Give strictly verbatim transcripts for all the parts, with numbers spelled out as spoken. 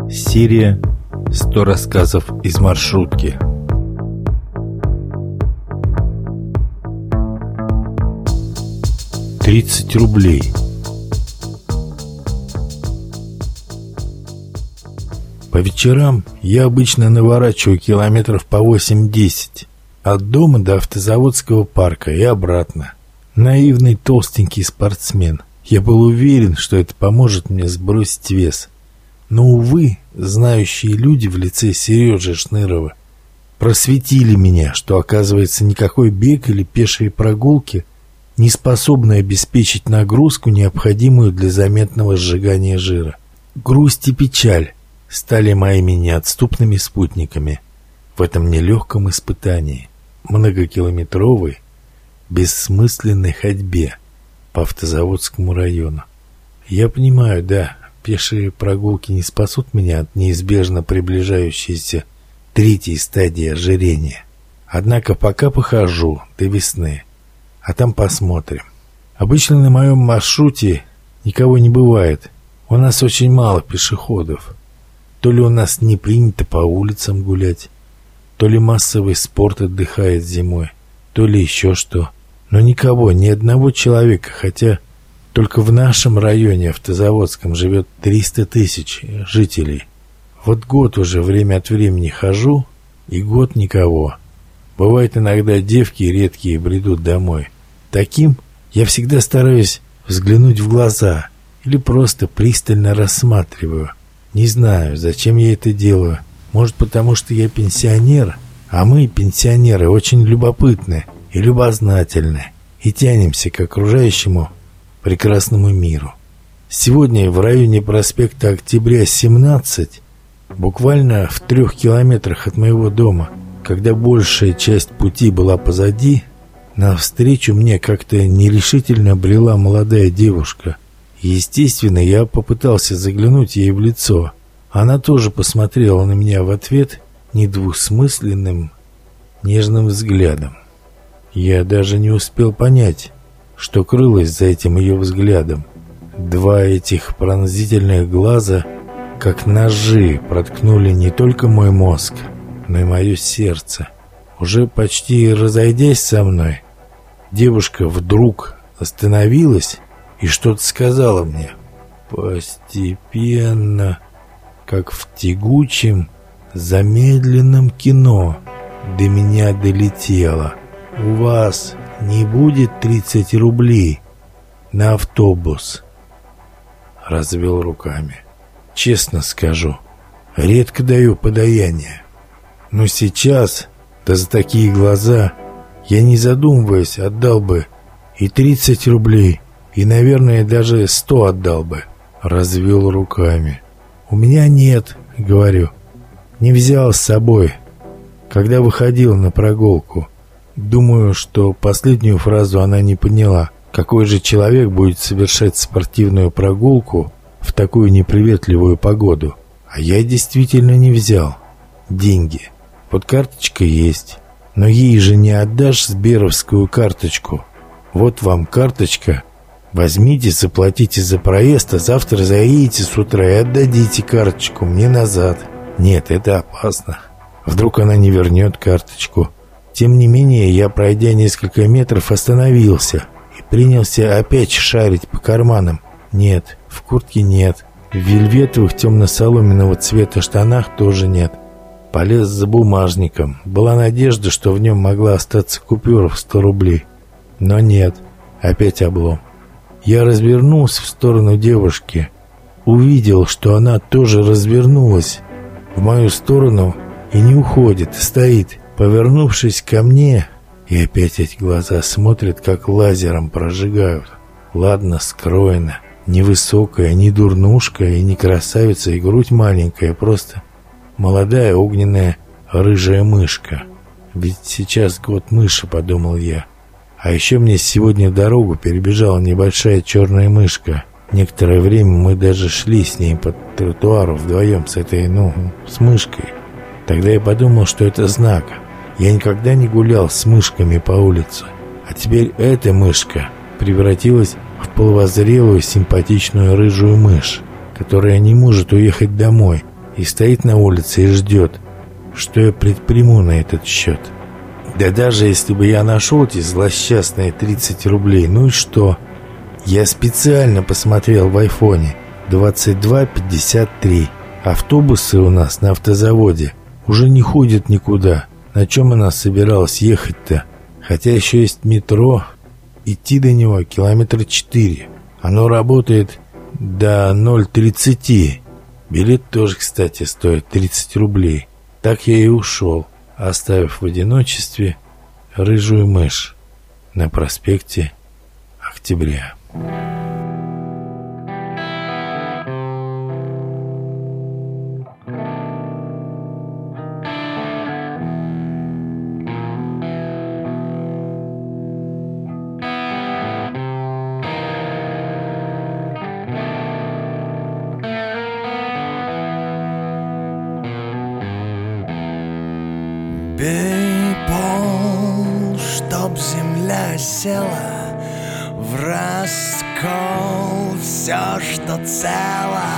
Серия «сто рассказов из маршрутки». тридцать рублей. По вечерам я обычно наворачиваю километров по восемь-десять от дома до автозаводского парка и обратно. Наивный толстенький спортсмен. Я был уверен, что это поможет мне сбросить вес. Но, увы, знающие люди в лице Сережи Шнырова просветили меня, что, оказывается, никакой бег или пешие прогулки не способны обеспечить нагрузку, необходимую для заметного сжигания жира. Грусть и печаль стали моими неотступными спутниками в этом нелегком испытании, многокилометровой, бессмысленной ходьбе по автозаводскому району. Я понимаю, да, пешие прогулки не спасут меня от неизбежно приближающейся третьей стадии ожирения. Однако пока похожу до весны, а там посмотрим. Обычно на моем маршруте никого не бывает. У нас очень мало пешеходов. То ли у нас не принято по улицам гулять, то ли массовый спорт отдыхает зимой, то ли еще что. Но никого, ни одного человека, хотя только в нашем районе автозаводском живет триста тысяч жителей. Вот год уже время от времени хожу, и год никого. Бывает, иногда девки редкие бредут домой. Таким я всегда стараюсь взглянуть в глаза или просто пристально рассматриваю. Не знаю, зачем я это делаю. Может, потому что я пенсионер, а мы, пенсионеры, очень любопытны и любознательны, и тянемся к окружающему прекрасному миру. Сегодня в районе проспекта Октября, семнадцать, буквально в трех километрах от моего дома, когда большая часть пути была позади, навстречу мне как-то нерешительно брела молодая девушка. Естественно, я попытался заглянуть ей в лицо. Она тоже посмотрела на меня в ответ недвусмысленным, нежным взглядом. Я даже не успел понять, что крылось за этим ее взглядом. Два этих пронзительных глаза, как ножи, проткнули не только мой мозг, но и мое сердце. Уже почти разойдясь со мной, девушка вдруг остановилась и что-то сказала мне. Постепенно, как в тягучем, замедленном кино, до меня долетело: «У вас не будет тридцать рублей на автобус?» Развел руками. Честно скажу, редко даю подаяние. Но сейчас, да за такие глаза, я, не задумываясь, отдал бы и тридцать рублей, и, наверное, даже сто отдал бы. Развел руками. «У меня нет», — говорю. «Не взял с собой, когда выходил на прогулку». Думаю, что последнюю фразу она не поняла. Какой же человек будет совершать спортивную прогулку в такую неприветливую погоду? А я действительно не взял деньги. Вот карточка есть, но ей же не отдашь сберовскую карточку. Вот вам карточка. Возьмите, заплатите за проезд, а завтра заедете с утра и отдадите карточку мне назад. Нет, это опасно. Вдруг она не вернет карточку. Тем не менее, я, пройдя несколько метров, остановился и принялся опять шарить по карманам. Нет, в куртке нет, в вельветовых темно-соломенного цвета штанах тоже нет. Полез за бумажником. Была надежда, что в нем могла остаться купюра в сто рублей. Но нет, опять облом. Я развернулся в сторону девушки. Увидел, что она тоже развернулась в мою сторону и не уходит, стоит, повернувшись ко мне, и опять эти глаза смотрят, как лазером прожигают. Ладно, скроена, невысокая, не дурнушка и не красавица, и грудь маленькая, просто молодая огненная рыжая мышка. Ведь сейчас год мыши, подумал я. А еще мне сегодня дорогу перебежала небольшая черная мышка. Некоторое время мы даже шли с ней по тротуару вдвоем с этой, ну, с мышкой. Тогда я подумал, что это знак. Я никогда не гулял с мышками по улице. А теперь эта мышка превратилась в половозрелую симпатичную рыжую мышь, которая не может уехать домой и стоит на улице и ждет, что я предприму на этот счет. Да даже если бы я нашел эти злосчастные тридцать рублей, ну и что? Я специально посмотрел в айфоне двадцать два пятьдесят три. Автобусы у нас на автозаводе уже не ходят никуда. На чем она собиралась ехать-то? Хотя еще есть метро. Идти до него километра четыре. Оно работает до ноль тридцать. Билет тоже, кстати, стоит тридцать рублей. Так я и ушел, оставив в одиночестве рыжую мышь на проспекте Октября. Бей пол, чтоб земля села в раскол, все, что цело.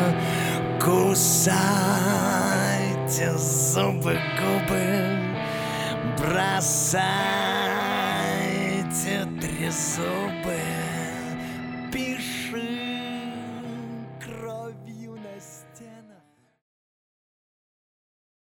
Кусайте зубы, губы, бросайте трезубы.